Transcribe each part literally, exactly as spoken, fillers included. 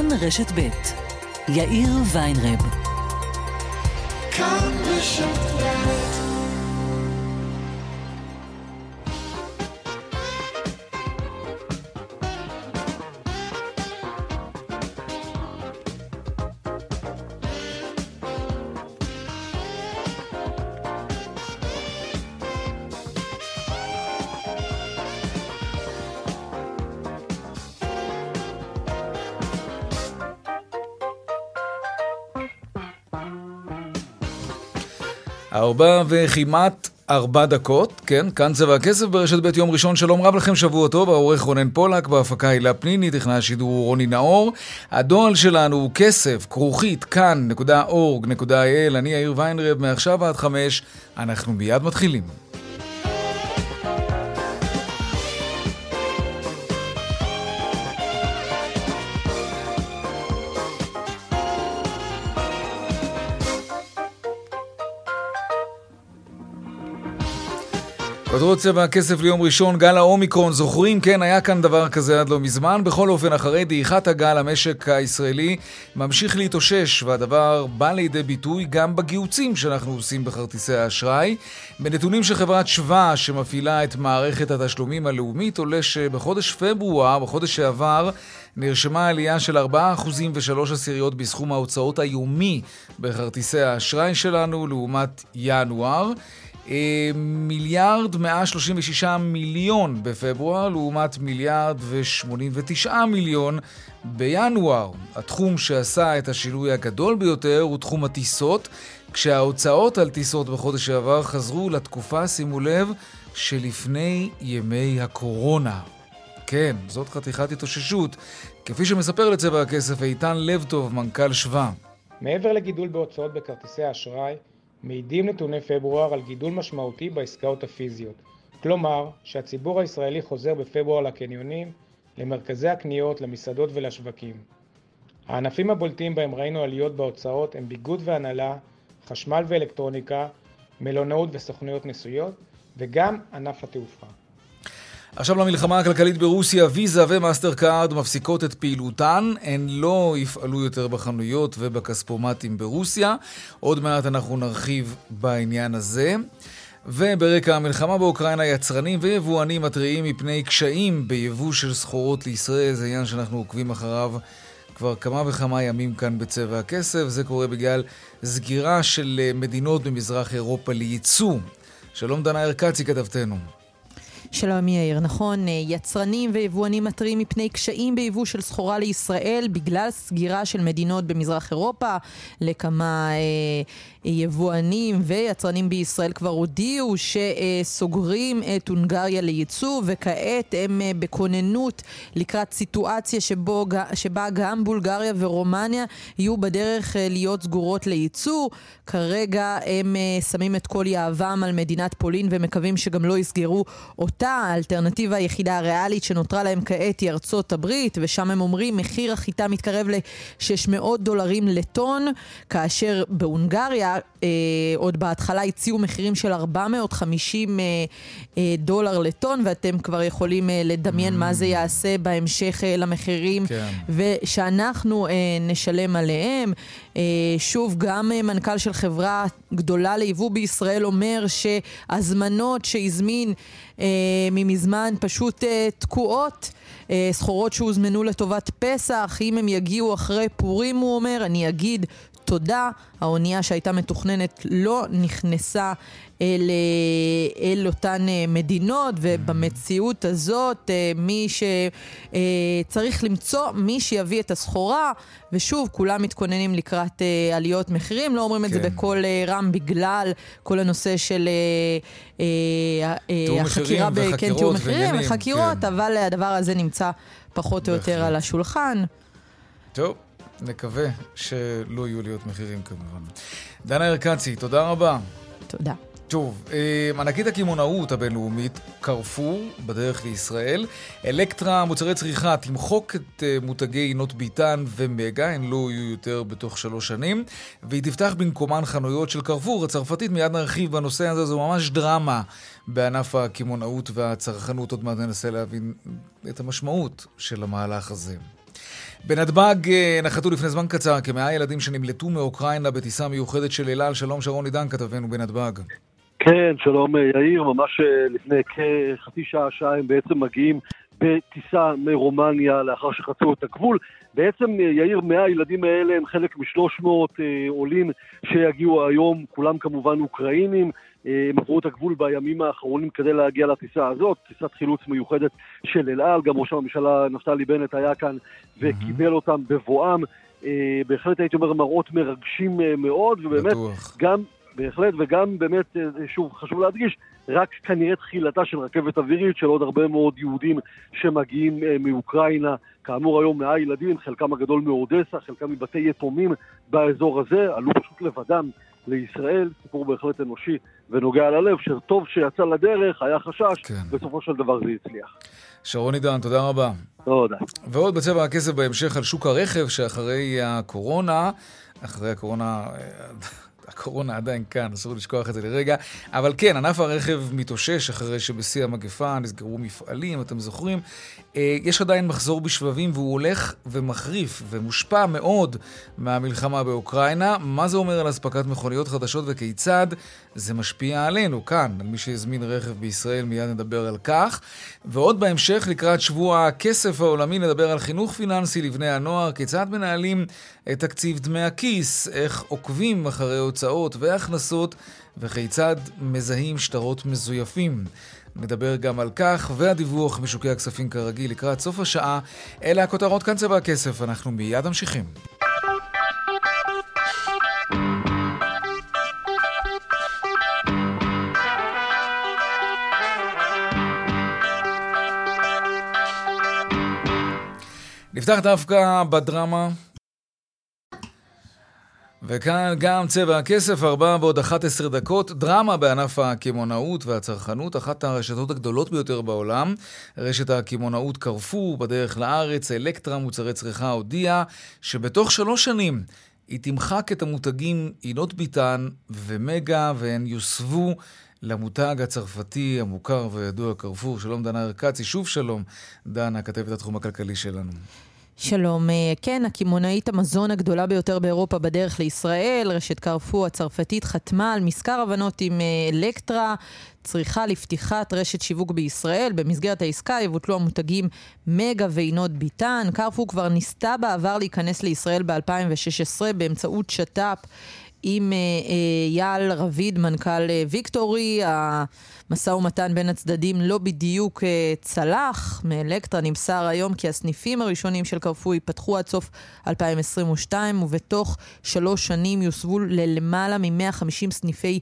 כאן רשת ב' יאיר ויינרב. כאן רשת ב'. ארבע וכמעט ארבע דקות, כן, כאן צבע הכסף ברשת בית יום ראשון. שלום רב לכם, שבוע טוב, העורך רונן פולק, בהפקה הילה פניני, טכנאי השידור רוני נאור. הדואל שלנו הוא כסף, כרוכית, כאן נקודה אורג נקודה איי אל. אני יאיר ויינרב, מעכשיו עד חמש, אנחנו מיד מתחילים. כותרות צבע הכסף ליום ראשון, גל האומיקרון, זוכרים? כן, היה כאן דבר כזה עד לא מזמן. בכל אופן, אחרי דעיכת הגל, המשק הישראלי ממשיך להתאושש, והדבר בא לידי ביטוי גם בגיוצים שאנחנו עושים בכרטיסי האשראי. בנתונים של חברת שווה שמפעילה את מערכת התשלומים הלאומית, עולה שבחודש פברואר, בחודש שעבר, נרשמה עלייה של ארבעה אחוזים ושלוש עשיריות בסכום ההוצאות היומי בכרטיסי האשראי שלנו לעומת ינואר. מיליארד מאה שלושים ושישה מיליון בפברואר לעומת מיליארד ושמונים ותשעה מיליון בינואר. התחום שעשה את השינוי הגדול ביותר הוא תחום הטיסות, כשההוצאות על טיסות בחודש שעבר חזרו לתקופה, שימו לב, שלפני ימי הקורונה. כן, זאת חתיכת התאוששות, כפי שמספר לצבע הכסף איתן לב טוב, מנכ"ל שווה. מעבר לגידול בהוצאות בכרטיסי האשראי, מעידים נתוני פברואר על גידול משמעותי בעסקאות הפיזיות. כלומר, שהציבור הישראלי חוזר בפברואר לקניונים, למרכזי הקניות, למסעדות ולשווקים. הענפים הבולטים בהם ראינו עליות בהוצאות הם ביגוד והנהלה, חשמל ואלקטרוניקה, מלונאות וסוכנויות נסיעות, וגם ענף התעופה. עכשיו למלחמה הכלכלית ברוסיה, ויזה ומאסטר קארד מפסיקות את פעילותן, הן לא יפעלו יותר בחנויות ובכספומטים ברוסיה. עוד מעט אנחנו נרחיב בעניין הזה. וברקע המלחמה באוקראינה, יצרנים ויבואנים מתריעים מפני קשיים ביבוא של סחורות לישראל. זה עניין שאנחנו עוקבים אחריו כבר כמה וכמה ימים כאן בצבע הכסף. זה קורה בגלל סגירה של מדינות במזרח אירופה לייצוא. שלום דנה ארקצי כתבתנו. שלום יאיר, נכון, יצרנים ויבואנים מתריעים מפני קשיים ביבוא של סחורה לישראל בגלל סגירה של מדינות במזרח אירופה. לכמה אה, יבואנים ויצרנים בישראל כבר הודיעו שסוגרים את הונגריה לייצוא, וכעת הם אה, בכוננות לקראת סיטואציה שבו, שבה גם בולגריה ורומניה יהיו בדרך אה, להיות סגורות לייצוא. כרגע הם אה, שמים את כל יהבם על מדינת פולין ומקווים שגם לא יסגרו אותה. האלטרנטיבה היחידה הריאלית שנותרה להם כעת היא ארצות הברית, ושם הם אומרים מחיר החיטה מתקרב ל-שש מאות דולרים לטון, כאשר בהונגריה אה, עוד בהתחלה הציעו מחירים של ארבע מאות וחמישים אה, אה, דולר לטון, ואתם כבר יכולים אה, לדמיין mm. מה זה יעשה בהמשך אה, למחירים כן. ושאנחנו אה, נשלם עליהם. אה, שוב, גם אה, מנכ"ל של חברה גדולה ליבוא בישראל אומר שהזמנות שהזמין אה, ממזמן פשוט אה, תקועות, אה, סחורות שהוזמנו לטובת פסח, אם הם יגיעו אחרי פורים, הוא אומר, אני אגיד תודה. האונייה שהייתה מתוכננת לא נכנסה אל, אל אותן מדינות, ובמציאות הזאת מי שצריך למצוא מי שיביא את הסחורה, ושוב כולם מתכוננים לקראת עליות מחירים, לא אומרים את כן. זה בכל רם בגלל כל הנושא של החקירה בתיאום מחירים וחקירות, כן. אבל הדבר הזה נמצא פחות או יותר על השולחן. טוב, נקווה שלא יהיו להיות מחירים כמובן. דנה ארקצי, תודה רבה. תודה. טוב, ענקית הקמעונאות הבינלאומית קרפור בדרך לישראל. אלקטרה מוצרי צריכה תמחוק את מותגי עינות ביטן ומגה, הן לא יהיו יותר בתוך שלוש שנים, והיא תפתח במקומן חנויות של קרפור הצרפתית. מיד נרחיב בנושא הזה, זו ממש דרמה בענף הקמעונאות והצרכנות. עוד מעט ננסה להבין את המשמעות של המהלך הזה. בנתב"ג נחתו לפני זמן קצר כמאה ילדים שנמלטו מאוקראינה בטיסה מיוחדת של אל על. שלום שרון עידן, כתבנו בנתב"ג. כן, שלום יאיר, ממש לפני כחצי שעה שעה הם בעצם מגיעים בטיסה מרומניה לאחר שחצו את הגבול. בעצם יאיר, מאה הילדים האלה הם חלק מ-שלוש מאות אה, עולים שיגיעו היום, כולם כמובן אוקראינים. הם עברו את הגבול בימים האחרונים כדי להגיע לטיסה הזאת, טיסת חילוץ מיוחדת של אל על. גם ראש הממשלה נפתלי בנט היה כאן וקיבל אותם בבואם. אה, בהחלט הייתי אומר מראות מרגשים אה, מאוד, ובאמת בטוח. גם בהחלט, וגם באמת, שוב, חשוב להדגיש, רק כנראה תחילתה של רכבת אווירית של עוד הרבה מאוד יהודים שמגיעים מאוקראינה. כאמור היום מאה ילדים, חלקם הגדול מאודסה, חלקם מבתי יתומים באזור הזה, עלו פשוט לבדם לישראל. סיפור בהחלט אנושי ונוגע ללב, שטוב שיצא לדרך, היה חשש, כן. בסופו של דבר זה הצליח. שרון עידן, תודה רבה. תודה. ועוד בצבע הכסף בהמשך על שוק הרכב, שאחרי הקורונה, אחרי הקורונה... הקורונה עדיין כאן, אסור לשכוח את זה לרגע, אבל כן, ענף הרכב מתאושש אחרי שבשיא המגפה נסגרו מפעלים, אתם זוכרים, יש עדיין מחזור בשבבים והוא הולך ומחריף ומושפע מאוד מהמלחמה באוקראינה. מה זה אומר על הספקת מכוניות חדשות וכיצד זה משפיע עלינו כאן, על מי שהזמין רכב בישראל? מיד נדבר על כך. ועוד בהמשך, לקראת שבוע הכסף העולמי, נדבר על חינוך פיננסי לבני הנוער, כיצד מנהלים את תקציב דמי הכיס, איך עוקבים אחרי הוצאות והכנסות, וכיצד מזהים שטרות מזויפים. נדבר גם על כך, והדיווח משוקי הכספים כרגיל לקראת סוף השעה. אלה הכותרות, כאן צבע הכסף, אנחנו מיד ממשיכים. נפתח דווקא בדרמה, וכאן גם צבע הכסף, ארבע ועוד אחת עשרה דקות. דרמה בענף הקמעונאות והצרכנות, אחת הרשתות הגדולות ביותר בעולם, רשת הקמעונאות קרפור, בדרך לארץ, אלקטרה מוצרי צריכה הודיעה שבתוך שלוש שנים היא תמחק את המותגים עינות ביטן ומגה, והן יוסבו למותג הצרפתי המוכר וידוע קרפור. שלום דנה ארקצי, שוב שלום דנה, כתבת התחום הכלכלי שלנו. שלום, כן, הקמעונאית המזון הגדולה ביותר באירופה בדרך לישראל, רשת קרפור הצרפתית חתמה על מזכר הבנות עם אלקטרה, צריכה לפתיחת רשת שיווק בישראל. במסגרת העסקה יבוטלו המותגים מגה ועינות ביטן. קרפור כבר ניסתה בעבר להיכנס לישראל ב-אלפיים ושש עשרה באמצעות שטאפ עם יעל רביד, מנכ"ל ויקטורי. המשא ומתן בין הצדדים לא בדיוק צלח. מאלקטרה נמסר היום כי הסניפים הראשונים של קרפור ייפתחו עד סוף אלפיים עשרים ושתיים, ובתוך שלוש שנים יוסבו ללמעלה מ-מאה וחמישים סניפי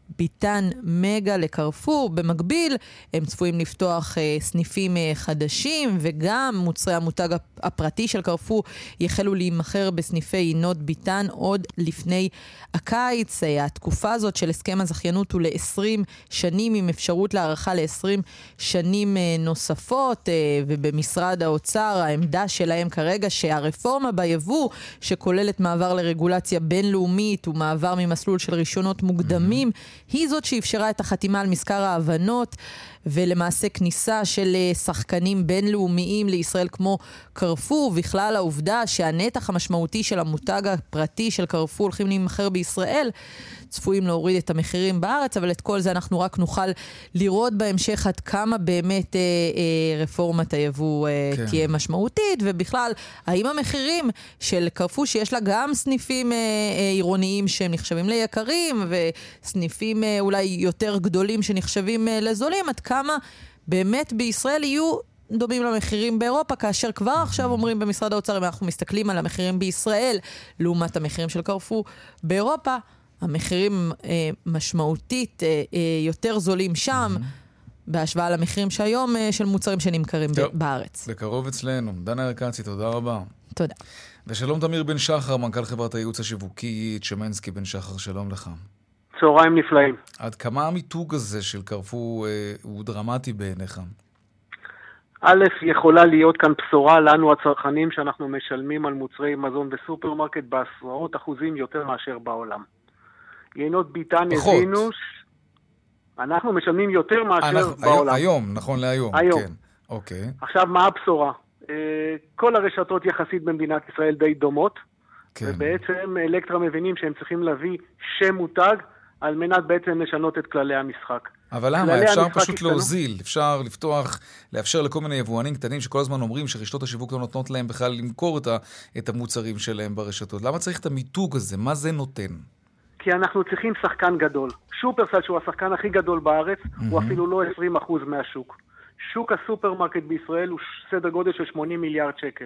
ביטן מגה לקרפור. במקביל הם צפויים לפתוח אה, סניפים אה, חדשים, וגם מוצרי המותג הפרטי של קרפור יחלו להימכר בסניפי עינות ביטן עוד לפני הקיץ. אה, התקופה הזאת של הסכם הזכיינות הוא ל-עשרים שנים עם אפשרות להארכה ל-עשרים שנים אה, נוספות, אה, ובמשרד האוצר העמדה שלהם כרגע שהרפורמה ביבוא, שכוללת מעבר לרגולציה בינלאומית ומעבר ממסלול של רישיונות מוקדמים, היא זאת שאפשרה את החתימה על מזכר ההבנות, ולמעשה כניסה של שחקנים בינלאומיים לישראל כמו קרפור, בכלל העובדה שהנתח המשמעותי של המותג הפרטי של קרפור הולכים להימכר בישראל, צפויים להוריד את המחירים בארץ, אבל את כל זה אנחנו רק נוכל לראות בהמשך עד כמה באמת אה, אה, רפורמת היבוא אה, כן. תהיה משמעותית, ובכלל, האם המחירים של קרפור שיש לה גם סניפים אה, אה, עירוניים שהם נחשבים ליקרים, וסניפים אה, אולי יותר גדולים שנחשבים אה, לזולים, עד כמה באמת בישראל יהיו דומים למחירים באירופה, כאשר כבר עכשיו אומרים במשרד האוצר, אם אנחנו מסתכלים על המחירים בישראל, לעומת המחירים של קרפור באירופה, המחירים אה, משמעותית אה, אה, יותר זולים שם, mm-hmm. בהשוואה למחירים שהיום אה, של מוצרים שנמכרים טוב, בארץ. בקרוב אצלנו. דנה ארקצי, תודה רבה. תודה. ושלום תמיר בן שחר, מנכ"ל חברת הייעוץ השיווקי צ'מנסקי בן שחר, שלום לך. צהריים נפלאים. עד כמה המיתוג הזה של קרפור אה, הוא דרמטי בעיניך? א', יכולה להיות כאן בשורה לנו הצרכנים שאנחנו משלמים על מוצרי מזון בסופרמרקט בעשרות אחוזים יותר מאשר בעולם. יינות ביטן הבינו, אנחנו משלמים יותר מאשר אנחנו, בעולם. היום, נכון להיום. היום. כן. אוקיי. עכשיו מה הבשורה? כל הרשתות יחסית במדינת ישראל די דומות, כן. ובעצם אלקטרה מבינים שהם צריכים להביא שם מותג, על מנת בעצם לשנות את כללי המשחק. אבל למה? אפשר פשוט להוזיל, אפשר לפתוח, לאפשר לכל מיני יבואנים קטנים שכל הזמן אומרים שרשתות השיווק לא נותנות להם בכלל למכור את, ה, את המוצרים שלהם ברשתות. למה צריך את המיתוג הזה? מה זה נותן? כי אנחנו צריכים שחקן גדול. שופרסל, שהוא השחקן הכי גדול בארץ, mm-hmm. הוא אפילו לא עשרים אחוז מהשוק. שוק הסופרמרקט בישראל הוא סדר גודל של שמונים מיליארד שקל.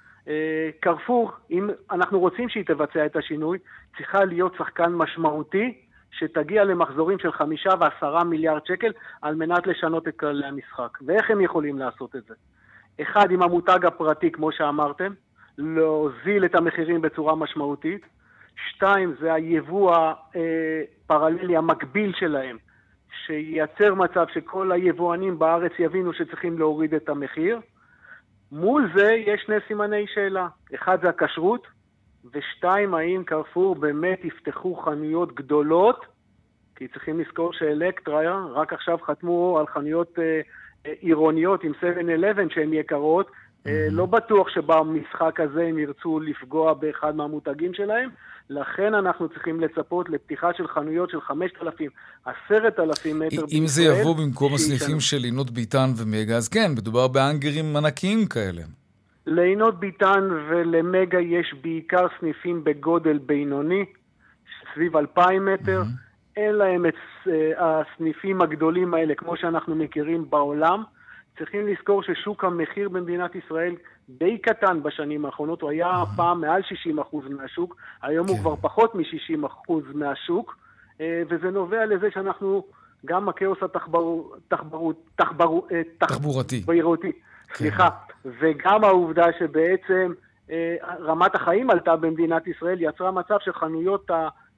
קרפור, אם אנחנו רוצים שהיא תבצע את השינוי, צריכה להיות שחקן משמעותי, שתגיע למחזורים של חמישה ועשרה מיליארד שקל, על מנת לשנות את כללי המשחק. ואיך הם יכולים לעשות את זה? אחד, עם המותג הפרטי, כמו שאמרתם, להוזיל את המחירים בצורה משמעותית. שתיים, זה היבוא הפרללי, המקביל שלהם, שייצר מצב שכל היבואנים בארץ יבינו שצריכים להוריד את המחיר. מול זה יש שני סימני שאלה. אחד זה הכשרות, ושתיים, האם קרפור באמת יפתחו חנויות גדולות, כי צריכים לזכור שאלקטרה רק עכשיו חתמו על חנויות אה, אה, עירוניות עם שבע אלף שהן יקרות, mm-hmm. אה, לא בטוח שבמשחק הזה הם ירצו לפגוע באחד מהמותגים שלהם, לכן אנחנו צריכים לצפות לפתיחה של חנויות של חמשת אלפים, עשרת אלפים מטר בישראל. אם זה יבוא במקום הסניפים של עינות ביטן ומגה, אז כן, מדובר באנגרים ענקיים כאלה. לעינות ביטן ולמגה יש בעיקר סניפים בגודל בינוני, סביב אלפיים מטר. Mm-hmm. אין להם את uh, הסניפים הגדולים האלה, כמו שאנחנו מכירים בעולם. צריכים לזכור ששוק המחיר במדינת ישראל די קטן בשנים האחרונות. הוא היה mm-hmm. פעם מעל שישים אחוז מהשוק, היום כן. הוא כבר פחות מ-שישים אחוז מהשוק, uh, וזה נובע לזה שאנחנו, גם הכאוס התחבור, תחבור, תחבור, uh, תחבורתי. תחבורתי. כן. סליחה. וגם העובדה שבעצם אה, רמת החיים עלתה במדינת ישראל, יצרה מצב שחנויות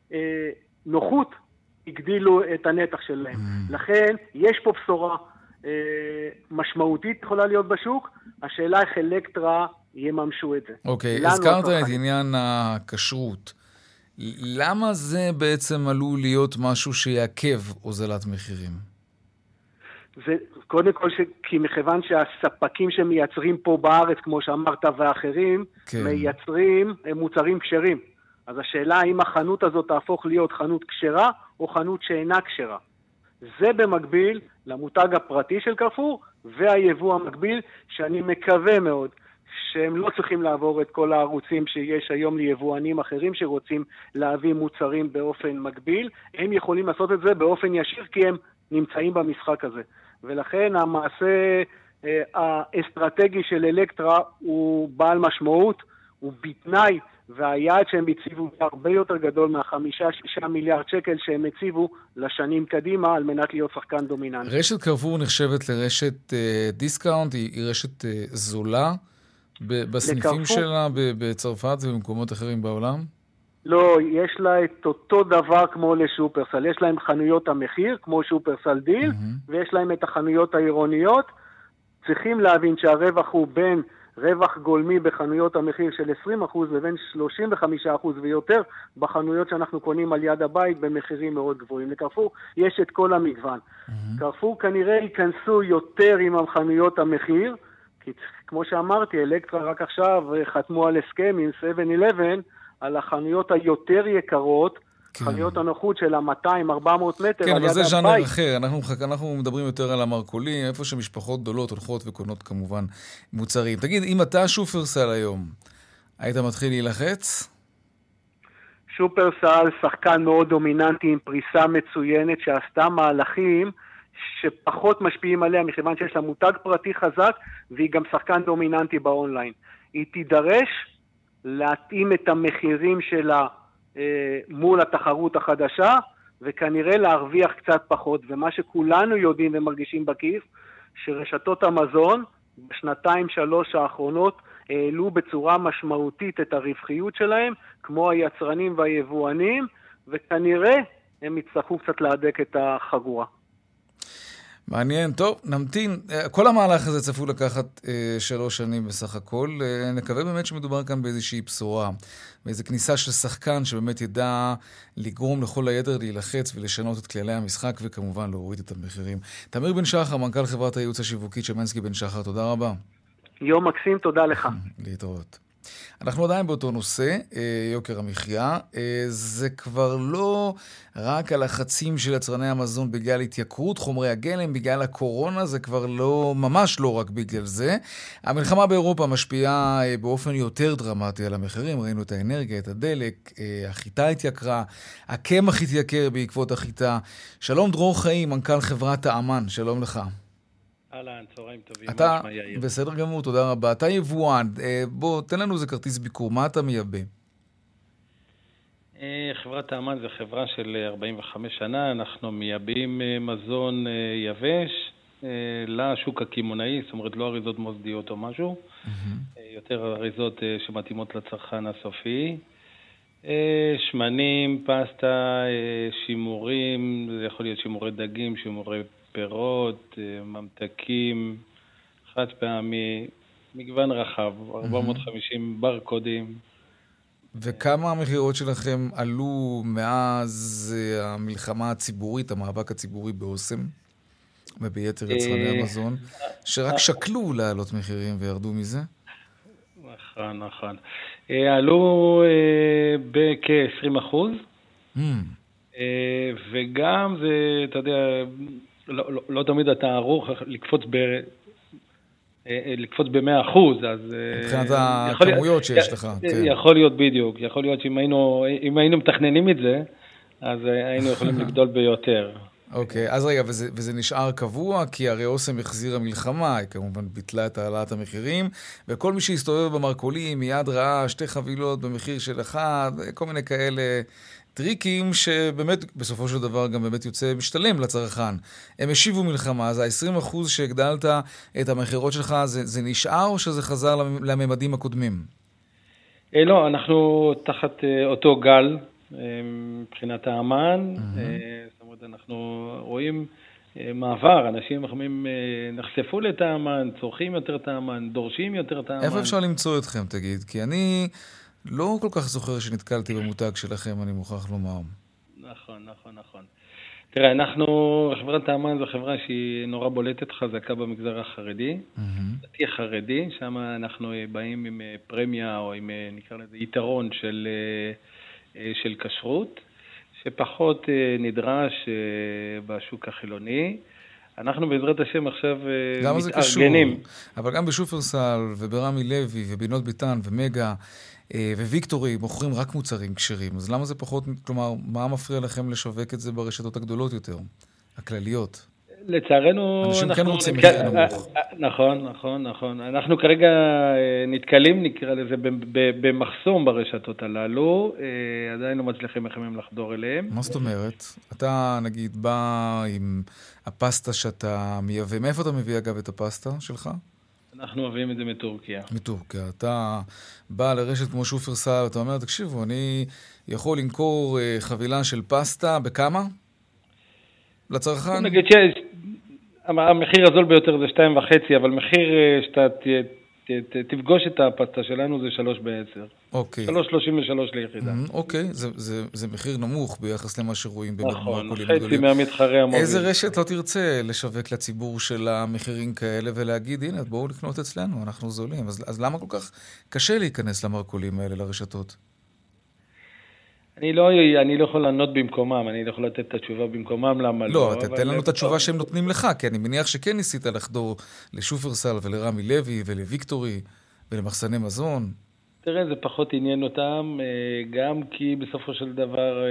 הנוחות הגדילו את הנתח שלהם. Mm. לכן יש פה בשורה אה, משמעותית יכולה להיות בשוק, השאלה איך אלקטרה יממשו את זה. אוקיי, הזכרת את עניין הכשרות. למה זה בעצם עלול להיות משהו שיעכב הוזלת מחירים? זה קודם כל ש... כי מכיוון שהספקים שמייצרים פה בארץ, כמו שאמרת ואחרים, כן. מייצרים מוצרים כשרים. אז השאלה האם החנות הזאת תהפוך להיות חנות כשרה או חנות שאינה כשרה. זה במקביל למותג הפרטי של קרפור והיבוא המקביל, שאני מקווה מאוד שהם לא צריכים לעבור את כל הערוצים שיש היום ליבואנים אחרים שרוצים להביא מוצרים באופן מקביל. הם יכולים לעשות את זה באופן ישיר כי הם נמצאים במשחק הזה. ולכן המעשה אה, האסטרטגי של אלקטרה הוא בעל משמעות, הוא בתנאי, והיעד שהם הציבו הרבה יותר גדול מהחמישה, שישה מיליארד שקל שהם הציבו לשנים קדימה על מנת להיות שחקן דומיננטי. רשת קרפור נחשבת לרשת אה, דיסקאונט, היא, היא רשת אה, זולה בסניפים לקרפור? שלה בצרפת ובמקומות אחרים בעולם? לא, יש לה את אותו דבר כמו לשופרסל. יש להם חנויות המחיר, כמו שופרסל דיל, mm-hmm. ויש להם את החנויות העירוניות. צריכים להבין שהרווח הוא בין רווח גולמי בחנויות המחיר של עשרים אחוז לבין שלושים וחמישה אחוז ויותר בחנויות שאנחנו קונים על יד הבית במחירים מאוד גבוהים. לקרפור יש את כל המגוון. Mm-hmm. קרפור כנראה ייכנסו יותר עם החנויות המחיר, כי כמו שאמרתי, אלקטרה רק עכשיו חתמו על הסכם עם שבע אלף על החנויות היותר יקרות, כן. חנויות הנוחות של ה-מאתיים ארבע מאות מטר. כן, אבל זה ז'אנר אחר. אנחנו, אנחנו מדברים יותר על המרקולים, איפה שמשפחות גדולות הולכות וקונות כמובן מוצרים. תגיד, אם אתה שופרסל היום, היית מתחיל להילחץ? שופרסל, שחקן מאוד דומיננטי עם פריסה מצוינת, שעשתה מהלכים שפחות משפיעים עליה, מכיוון שיש לה מותג פרטי חזק, והיא גם שחקן דומיננטי באונליין. היא תידרש להתאים את המחירים שלה אה, מול התחרות החדשה, וכנראה להרוויח קצת פחות. ומה שכולנו יודעים ומרגישים בכיס, שרשתות המזון בשנתיים שלוש האחרונות העלו בצורה משמעותית את הרווחיות שלהם, כמו היצרנים והיבואנים, וכנראה הם יצטרכו קצת להדק את החגורה. מעניין, טוב, נמתין. כל המהלך הזה צפוי לקחת אה, שלוש שנים בסך הכל. אה, נקווה באמת שמדובר כאן באיזושהי בשורה, באיזו כניסה של שחקן שבאמת ידע לגרום לכל היתר להילחץ ולשנות את כללי המשחק, וכמובן להוריד את המחירים. תמיר בן שחר, מנכ"ל חברת הייעוץ השיווקית שמנסקי בן שחר, תודה רבה. יום מקסים, תודה לך. להתראות. אנחנו עדיין באותו נושא, יוקר המחיה. זה כבר לא רק הלחצים של יצרני המזון בגלל התייקרות חומרי הגלם, בגלל הקורונה, זה כבר לא, ממש לא רק בגלל זה. המלחמה באירופה משפיעה באופן יותר דרמטי על המחירים, ראינו את האנרגיה, את הדלק, החיטה התייקרה, הקמח התייקר בעקבות החיטה. שלום דרור חיים, מנכ"ל חברת האמן, שלום לך. אהלן, צהריים טובים. אתה בסדר גמור, תודה רבה. אתה יבואן, בוא, תן לנו איזה כרטיס ביקור, מה אתה מייבא? חברת האמן זה חברה של ארבעים וחמש שנה, אנחנו מייבאים מזון יבש לשוק הקמעונאי, זאת אומרת לא אריזות מוסדיות או משהו, יותר אריזות שמתאימות לצרכן הסופי. שמנים, פסטה, שימורים, זה יכול להיות שימורי דגים, שימורי פירות, ממתקים, חד פעמי, מגוון רחב, ארבע מאות וחמישים ברקודים. וכמה המחירות שלכם עלו מאז המלחמה הציבורית, המאבק הציבורי באוסם וביתר יצרני המזון, שרק שקלו לעלות מחירים וירדו מזה? נכון, נכון. עלו בכ-עשרים אחוז, וגם זה, אתה יודע, לא, לא, לא תמיד אתה ערוך לקפוץ ב... לקפוץ ב-מאה אחוז, אז... מבחינת הכמויות שיש לך. יכול להיות בדיוק, יכול להיות שאם היינו, אם היינו מתכננים את זה, אז היינו יכולים לגדול ביותר. אוקיי, אז רגע, וזה, וזה נשאר קבוע, כי הרי אוסם החזירה מלחמה, היא כמובן ביטלה את העלאת המחירים, וכל מי שהסתובב במרכולים מיד ראה שתי חבילות במחיר של אחד, כל מיני כאלה טריקים שבאמת בסופו של דבר גם באמת יוצא משתלם לצרכן. הם השיבו מלחמה, אז ה-עשרים אחוז שהגדלת את המחירות שלך, זה, זה נשאר או שזה חזר לממדים הקודמים? לא, אנחנו תחת אותו גל מבחינת האמן, זאת אומרת אנחנו רואים מעבר, אנשים מחמים נחשפו לתאמן, צורכים יותר תאמן, דורשים יותר תאמן. איפה אפשר למצוא אתכם, תגיד? כי אני לא כל כך זוכר שנתקלתי במותג שלכם, אני מוכרח לומר. נכון, נכון, נכון. תראה, אנחנו, חברת האמן זו חברה שהיא נורא בולטת חזקה במגזר החרדי, דתי החרדי, שם אנחנו באים עם פרמיה או עם, נקרא לזה, יתרון של, של כשרות, שפחות נדרש בשוק החילוני. אנחנו בעזרת השם עכשיו מתארגנים. אבל גם בשופרסל וברמי לוי ובינות ביטן ומגה וויקטורי מוכרים רק מוצרים כשרים. אז למה זה פחות, כלומר, מה מפריע לכם לשווק את זה ברשתות הגדולות יותר, הכלליות? לצערנו... אנשים כן רוצים מחיר נמוך. נכון, נכון, נכון. אנחנו כרגע נתקלים, נקרא לזה, במחסום ברשתות הללו, עדיין לא מצליחים איך לחדור אליהם. מה זאת אומרת? אתה, נגיד, בא עם הפסטה שאתה מייבא. מאיפה אתה מביא, אגב, את הפסטה שלך? אנחנו מביאים את זה מטורקיה. מטורקיה. אתה בא לרשת כמו שופרסל, ואתה אומר, תקשיבו, אני יכול למכור חבילה של פסטה בכמה? לצרכן? נגיד שהמחיר הזול ביותר זה שתיים וחצי, אבל מחיר שאתה תפגוש את הפסטה שלנו זה שלוש בעשר. אוקיי. שלוש שלושים ושלוש ליחידה. אוקיי, זה, זה, זה מחיר נמוך ביחס למה שרואים באמת נכון, במרכולים חצי גדולים. מהמתחרה המוביל. איזה רשת לא תרצה לשווק לציבור של המחירים כאלה ולהגיד, הנה, בואו לקנות אצלנו, אנחנו זולים. אז, אז למה כל כך קשה להיכנס למרכולים האלה, לרשתות? אני לא, אני לא יכול לענות במקומם, אני לא יכול לתת את התשובה במקומם, למה לא. לא, תתן לנו את התשובה שהם נותנים לך, כי אני מניח שכן ניסית לחדור לשופרסל ולרמי לוי ולוויקטורי ולמחסני מזון. תראה, זה פחות עניין אותם, גם כי בסופו של דבר,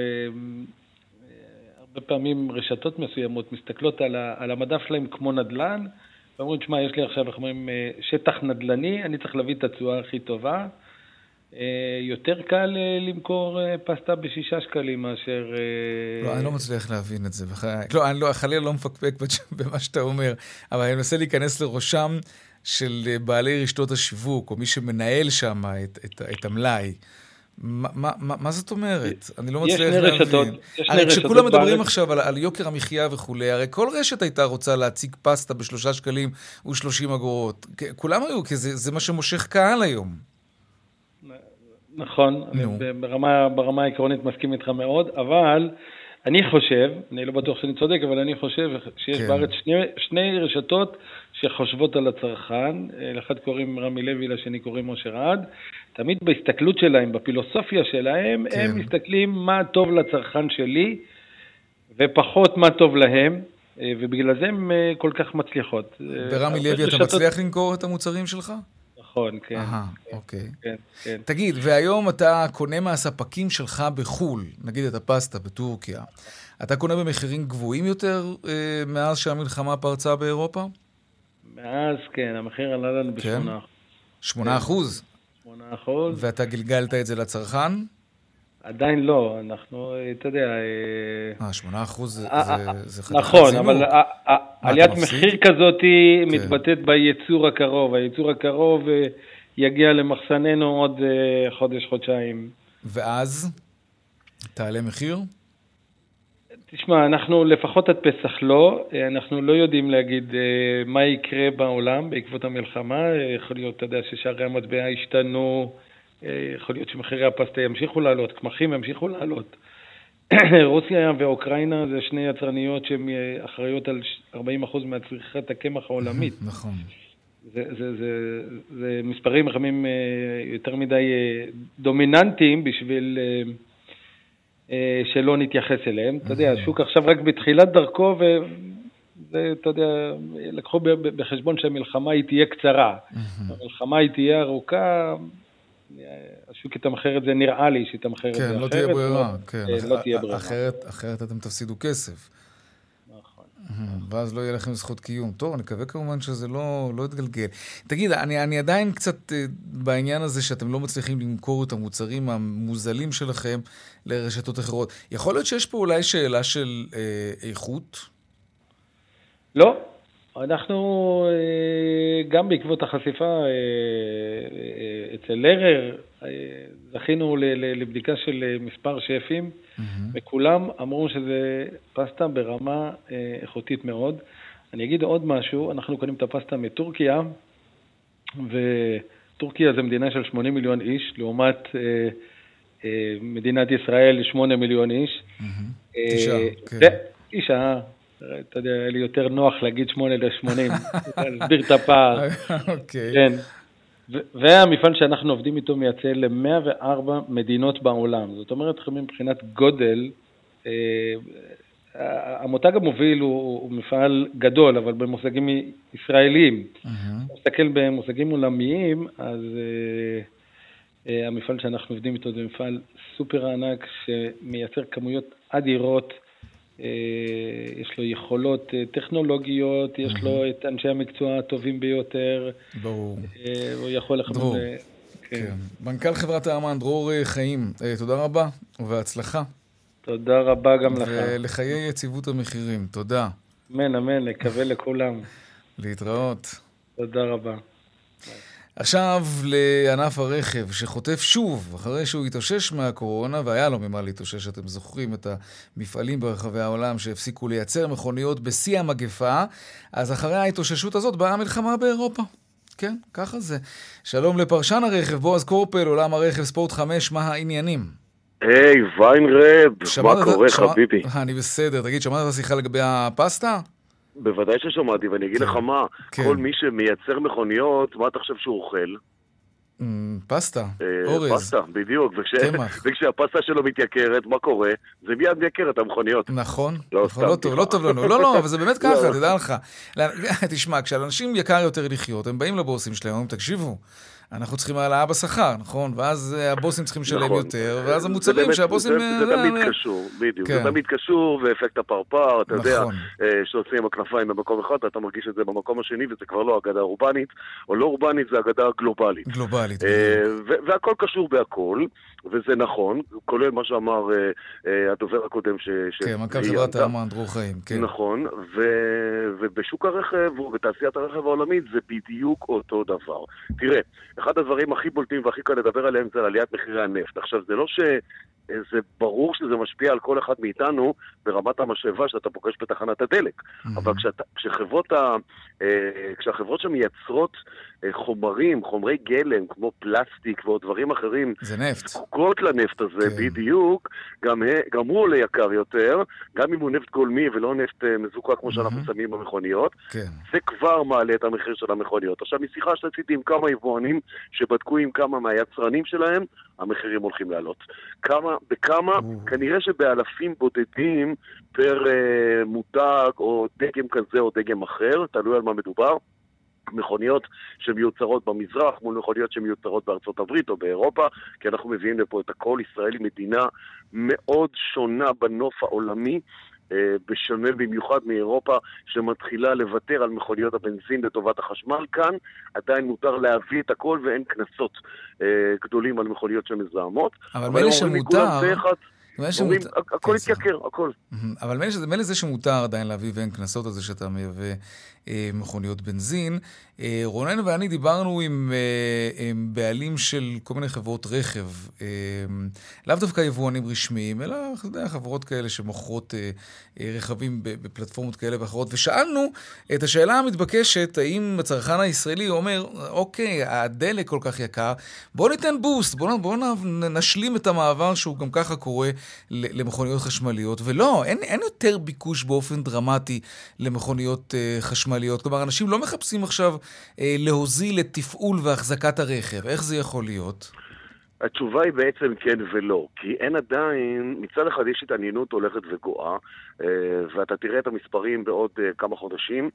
הרבה פעמים רשתות מסוימות מסתכלות על המדף שלהם כמו נדל"ן, ואומרים, תשמע, יש לי עכשיו שטח נדל"ני, אני צריך להביא את התשואה הכי טובה, יותר קל למכור פסטה בשישה שקלים מאשר... לא, אני לא מצליח להבין את זה. לא, אני לא, חלילה לא מפקפק במה שאתה אומר, אבל אני מנסה להיכנס לראשם של בעלי רשתות השיווק, או מי שמנהל שם את, את, את המלאי. מה, מה, מה זאת אומרת? אני לא מצליח להבין. רשתות, הרי כשכולם מדברים בארץ... עכשיו על, על יוקר המחיה וכולי, הרי כל רשת הייתה רוצה להציג פסטה בשלושה שקלים ושלושים אגורות. כולם היו, כי זה, זה מה שמושך קהל היום. נכון, אני ברמה, ברמה העקרונית מסכים איתך מאוד, אבל אני חושב, אני לא בטוח שאני צודק, אבל אני חושב שיש כן. בארץ שני, שני רשתות שחושבות על הצרכן, לאחד קוראים רמי לוי, לשני קוראים משה רעד, תמיד בהסתכלות שלהם, בפילוסופיה שלהם, כן. הם מסתכלים מה טוב לצרכן שלי, ופחות מה טוב להם, ובגלל זה הם כל כך מצליחות. ברמי לוי אתה מצליח למכור את המוצרים שלך? נכון, כן. אהה, אוקיי. כן, כן. תגיד, והיום אתה קונה מהספקים שלך בחול, נגיד את הפסטה בטורקיה, אתה קונה במחירים גבוהים יותר אה, מאז שהמלחמה פרצה באירופה? מאז, כן, המחיר עלה לנו בשמונה אחוז. שמונה אחוז? שמונה אחוז. ואתה גלגלת את זה לצרכן? עדיין לא, אנחנו, אתה יודע... אה, שמונה אחוז זה חתיכת נכון, זינוק. אבל עליית מחיר כזאת מתבטאת בייצור הקרוב. הייצור הקרוב יגיע למחסננו עוד חודש, חודשיים. ואז? תעלה מחיר? תשמע, אנחנו לפחות עד פסח לא, אנחנו לא יודעים להגיד מה יקרה בעולם בעקבות המלחמה. יכול להיות, אתה יודע, ששערי המטבע השתנו, יכול להיות שמחירי הפסטה ימשיכו לעלות, קמחים ימשיכו לעלות. רוסיה ואוקראינה זה שני יצרניות שהן אחראיות על ארבעים אחוז מהצריכת הקמח העולמית. נכון. זה, זה, זה, זה מספרים לפעמים יותר מדי דומיננטיים בשביל שלא נתייחס אליהם. אתה יודע, השוק עכשיו רק בתחילת דרכו, וזה, אתה יודע, לקחו בחשבון שהמלחמה היא תהיה קצרה. המלחמה היא תהיה ארוכה, השוק יתמחר את זה, נראה לי שיתמחר את זה אחרת. כן, לא תהיה ברירה, כן. לא תהיה ברירה. אחרת אתם תפסידו כסף. נכון. ואז לא יהיה לכם זכות קיום. טוב, אני מקווה כמובן שזה לא יתגלגל. תגיד, אני עדיין קצת בעניין הזה שאתם לא מצליחים למכור את המוצרים המוזלים שלכם לרשתות אחרות. יכול להיות שיש פה אולי שאלה של איכות? לא. אנחנו גם בעקבות החשיפה אצל לרר זכינו לבדיקה של מספר שפים, וכולם אמרו שזה פסטה ברמה איכותית מאוד. אני אגיד עוד משהו, אנחנו קונים את הפסטה מטורקיה, וטורקיה זה מדינה של שמונים מיליון איש, לעומת מדינת ישראל שמונה מיליון איש. תשעה, כן. תשעה. אתה יודע, היה לי יותר נוח להגיד שמונה לשמונים, להסביר את הפער. אוקיי. כן. והמפעל שאנחנו עובדים איתו מייצא ל-מאה וארבע מדינות בעולם. זאת אומרת, מבחינת גודל, המותג המוביל הוא מפעל גדול, אבל במושגים ישראליים. מסתכל במושגים עולמיים, אז המפעל שאנחנו עובדים איתו זה מפעל סופר ענק, שמייצר כמויות אדירות, יש לו יכולות טכנולוגיות, יש לו את אנשי המקצוע הטובים ביותר. ברור. הוא יכול לחמוד... דרור, כן. מנכ"ל חברת האמן, דרור חיים, תודה רבה ובהצלחה. תודה רבה גם לך. ולחיי יציבות המחירים, תודה. אמן, אמן, נקווה לכולם. להתראות. תודה רבה. עכשיו לענף הרכב שחוטף שוב אחרי שהוא התאושש מהקורונה, והיה לו ממה להתאושש. אתם זוכרים את המפעלים ברחבי העולם שהפסיקו לייצר מכוניות בשיא המגפה, אז אחרי ההתאוששות הזאת באה המלחמה באירופה. כן, ככה זה. שלום לפרשן הרכב בועז קורפל, עולם הרכב ספורט חמש, מה העניינים? היי, ויינרב, מה קורה חביבי? אני בסדר, תגיד, שמעת את השיחה לגבי הפסטה? בוודאי ששמעתי, ואני אגיד לך מה, כל מי שמייצר מכוניות, מה אתה חושב שהוא אוכל? פסטה, אורז. פסטה, בדיוק, וכשהפסטה שלו מתייקרת, מה קורה? זה מיד מייקר את המכוניות. נכון, לא טוב לנו, לא, לא, אבל זה באמת ככה, תדע לך. תשמע, כשאנשים יקר יותר לחיות, הם באים לבוסים שלהם, אומרים, תקשיבו, אנחנו צריכים העלאה בשכר, נכון? ואז הבוסים צריכים לשלם יותר, ואז המוצרים שהבוסים... זה תמיד קשור, בדיוק. זה תמיד קשור, ואפקט הפרפר, אתה יודע, שעושים הכנפיים במקום אחד, אתה מרגיש את זה במקום השני, וזה כבר לא אגדה אורבנית, או לא אורבנית, זה אגדה גלובלית. גלובלית. והכל קשור בהכל, וזה נכון, כולל מה שאמר הדובר הקודם ש... כן, מנכ"ל חברת האמן, דרור חיים, כן. נכון, ובשוק הרכב ובתעשיית הרכב העולמית זה בדיוק אותו דבר. תראה, אחד הדברים הכי בולטים והכי קל לדבר עליהם זה על עליית מחירי הנפט. עכשיו, זה לא ש... זה ברור שזה משפיע על כל אחד מאיתנו ברמת המשאבה שאתה פוגש בתחנת הדלק. אבל כשאתה, כשחברות ה, כשהחברות שמייצרות חומרים, חומרי גלם, כמו פלסטיק ועוד דברים אחרים, זה נפט. זקוקות לנפט הזה, כן. בדיוק, גם, גם הוא עולה יקר יותר, גם אם הוא נפט גולמי ולא נפט מזוקק כמו שאנחנו שמים במכוניות, כן. זה כבר מעלה את המחיר של המכוניות. עכשיו, משיחה שעשיתי עם כמה יבואנים שבדקו עם כמה מהיצרנים שלהם, המחירים הולכים לעלות. כמה, בכמה, כנראה שבאלפים בודדים פר אה, מותג או דגם כזה או דגם אחר, תלוי על מה מדובר, מכוניות שמיוצרות במזרח מול מכוניות שמיוצרות בארצות הברית או באירופה, כי אנחנו מביאים לפה את הכל. ישראל היא מדינה מאוד שונה בנוף העולמי, בשונה במיוחד מאירופה שמתחילה לוותר על מכוניות הבנזין לטובת החשמל. כאן עדיין מותר להביא את הכל ואין כנסות גדולים על מכוניות שמזהמות. אבל מילא שמותר... אומרים, הכל התייקר, הכל. אבל מילא זה שמותר עדיין להביא ואין כנסות על זה שאתה מייבא מכוניות בנזין. רונן ואני דיברנו עם בעלים של כל מיני חברות רכב, לאו דווקא יבואנים רשמיים, אלא חברות כאלה שמוכרות רכבים בפלטפורמות כאלה ואחרות, ושאלנו את השאלה המתבקשת, האם הצרכן הישראלי אומר, אוקיי, הדלק כל כך יקר, בואו ניתן בוסט, בואו נשלים את המעבר שהוא גם ככה קורה למכוניות חשמליות, ולא, אין, אין יותר ביקוש באופן דרמטי למכוניות uh, חשמליות. כלומר, אנשים לא מחפשים עכשיו uh, להוזיל את תפעול והחזקת הרכב. איך זה יכול להיות? התשובה היא בעצם כן ולא, כי אין עדיין, מצד אחד יש התעניינות הולכת וגואה, ואתה תראה את המספרים בעוד כמה חודשים,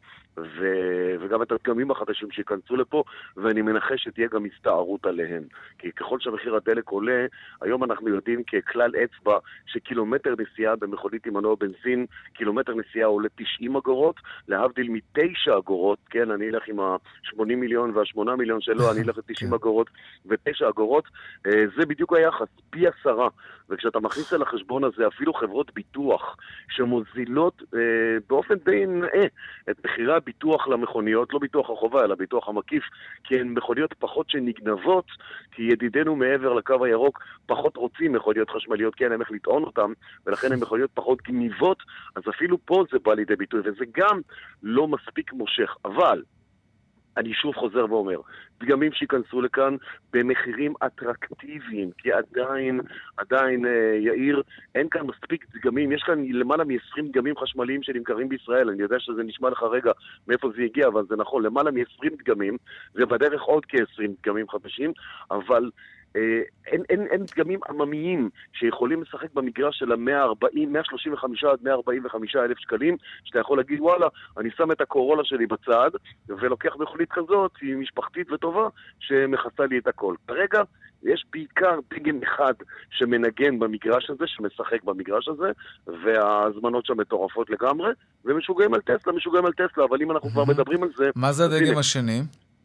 ו- וגם את הדגמים החדשים שיכנסו לפה, ואני מנחש שתהיה גם הסתערות עליהם. כי ככל שמחיר הדלק עולה, היום אנחנו יודעים ככלל אצבע, שקילומטר נסיעה במכונית עם מנוע בנזין, קילומטר נסיעה עולה תשעים אגורות, להבדיל מתשע אגורות, כן, אני אלך עם ה-שמונים מיליון וה-שמונה מיליון שלו, אני אלך ל-תשעים אגורות ותשע אגורות, זה בדיוק היחס, פי עשרה. וכשאתה מכניס על החשבון הזה אפילו חברות ביטוח שמוזילות אה, באופן די נאה את מחירי הביטוח למכוניות, לא ביטוח החובה אלא ביטוח המקיף, כי הן מכוניות פחות שנגנבות, כי ידידינו מעבר לקו הירוק פחות רוצים מכוניות חשמליות, כי אין להם איך לטעון אותם, ולכן הן מכוניות פחות גניבות, אז אפילו פה זה בא לידי ביטוי, וזה גם לא מספיק מושך. אבל אני שוב חוזר ואומר, דגמים שיכנסו לכאן במחירים אטרקטיביים, כי עדיין, עדיין, יאיר, אין כאן מספיק דגמים, יש כאן למעלה מ-עשרים דגמים חשמליים שנמכרים בישראל, אני יודע שזה נשמע לך רגע מאיפה זה הגיע, אבל זה נכון, למעלה מ-עשרים דגמים, זה בדרך עוד כ-עשרים דגמים חדשים, אבל אין, אין, אין דגמים עממיים שיכולים לשחק במגרש של ה-מאה וארבעים, מאה שלושים וחמישה עד מאה ארבעים וחמישה אלף שקלים, שאתה יכול להגיד, וואלה, אני שם את הקורולה שלי בצד, ולוקח מכונית כזאת, היא משפחתית וטובה, שמכסה לי את הכל. כרגע, יש בעיקר דגם אחד שמנגן במגרש הזה, שמשחק במגרש הזה, והזמנות שם מטורפות לגמרי, ומשוגעים על טסלה, משוגעים על טסלה, אבל אם אנחנו כבר מדברים על זה... מה זה הדגם השני?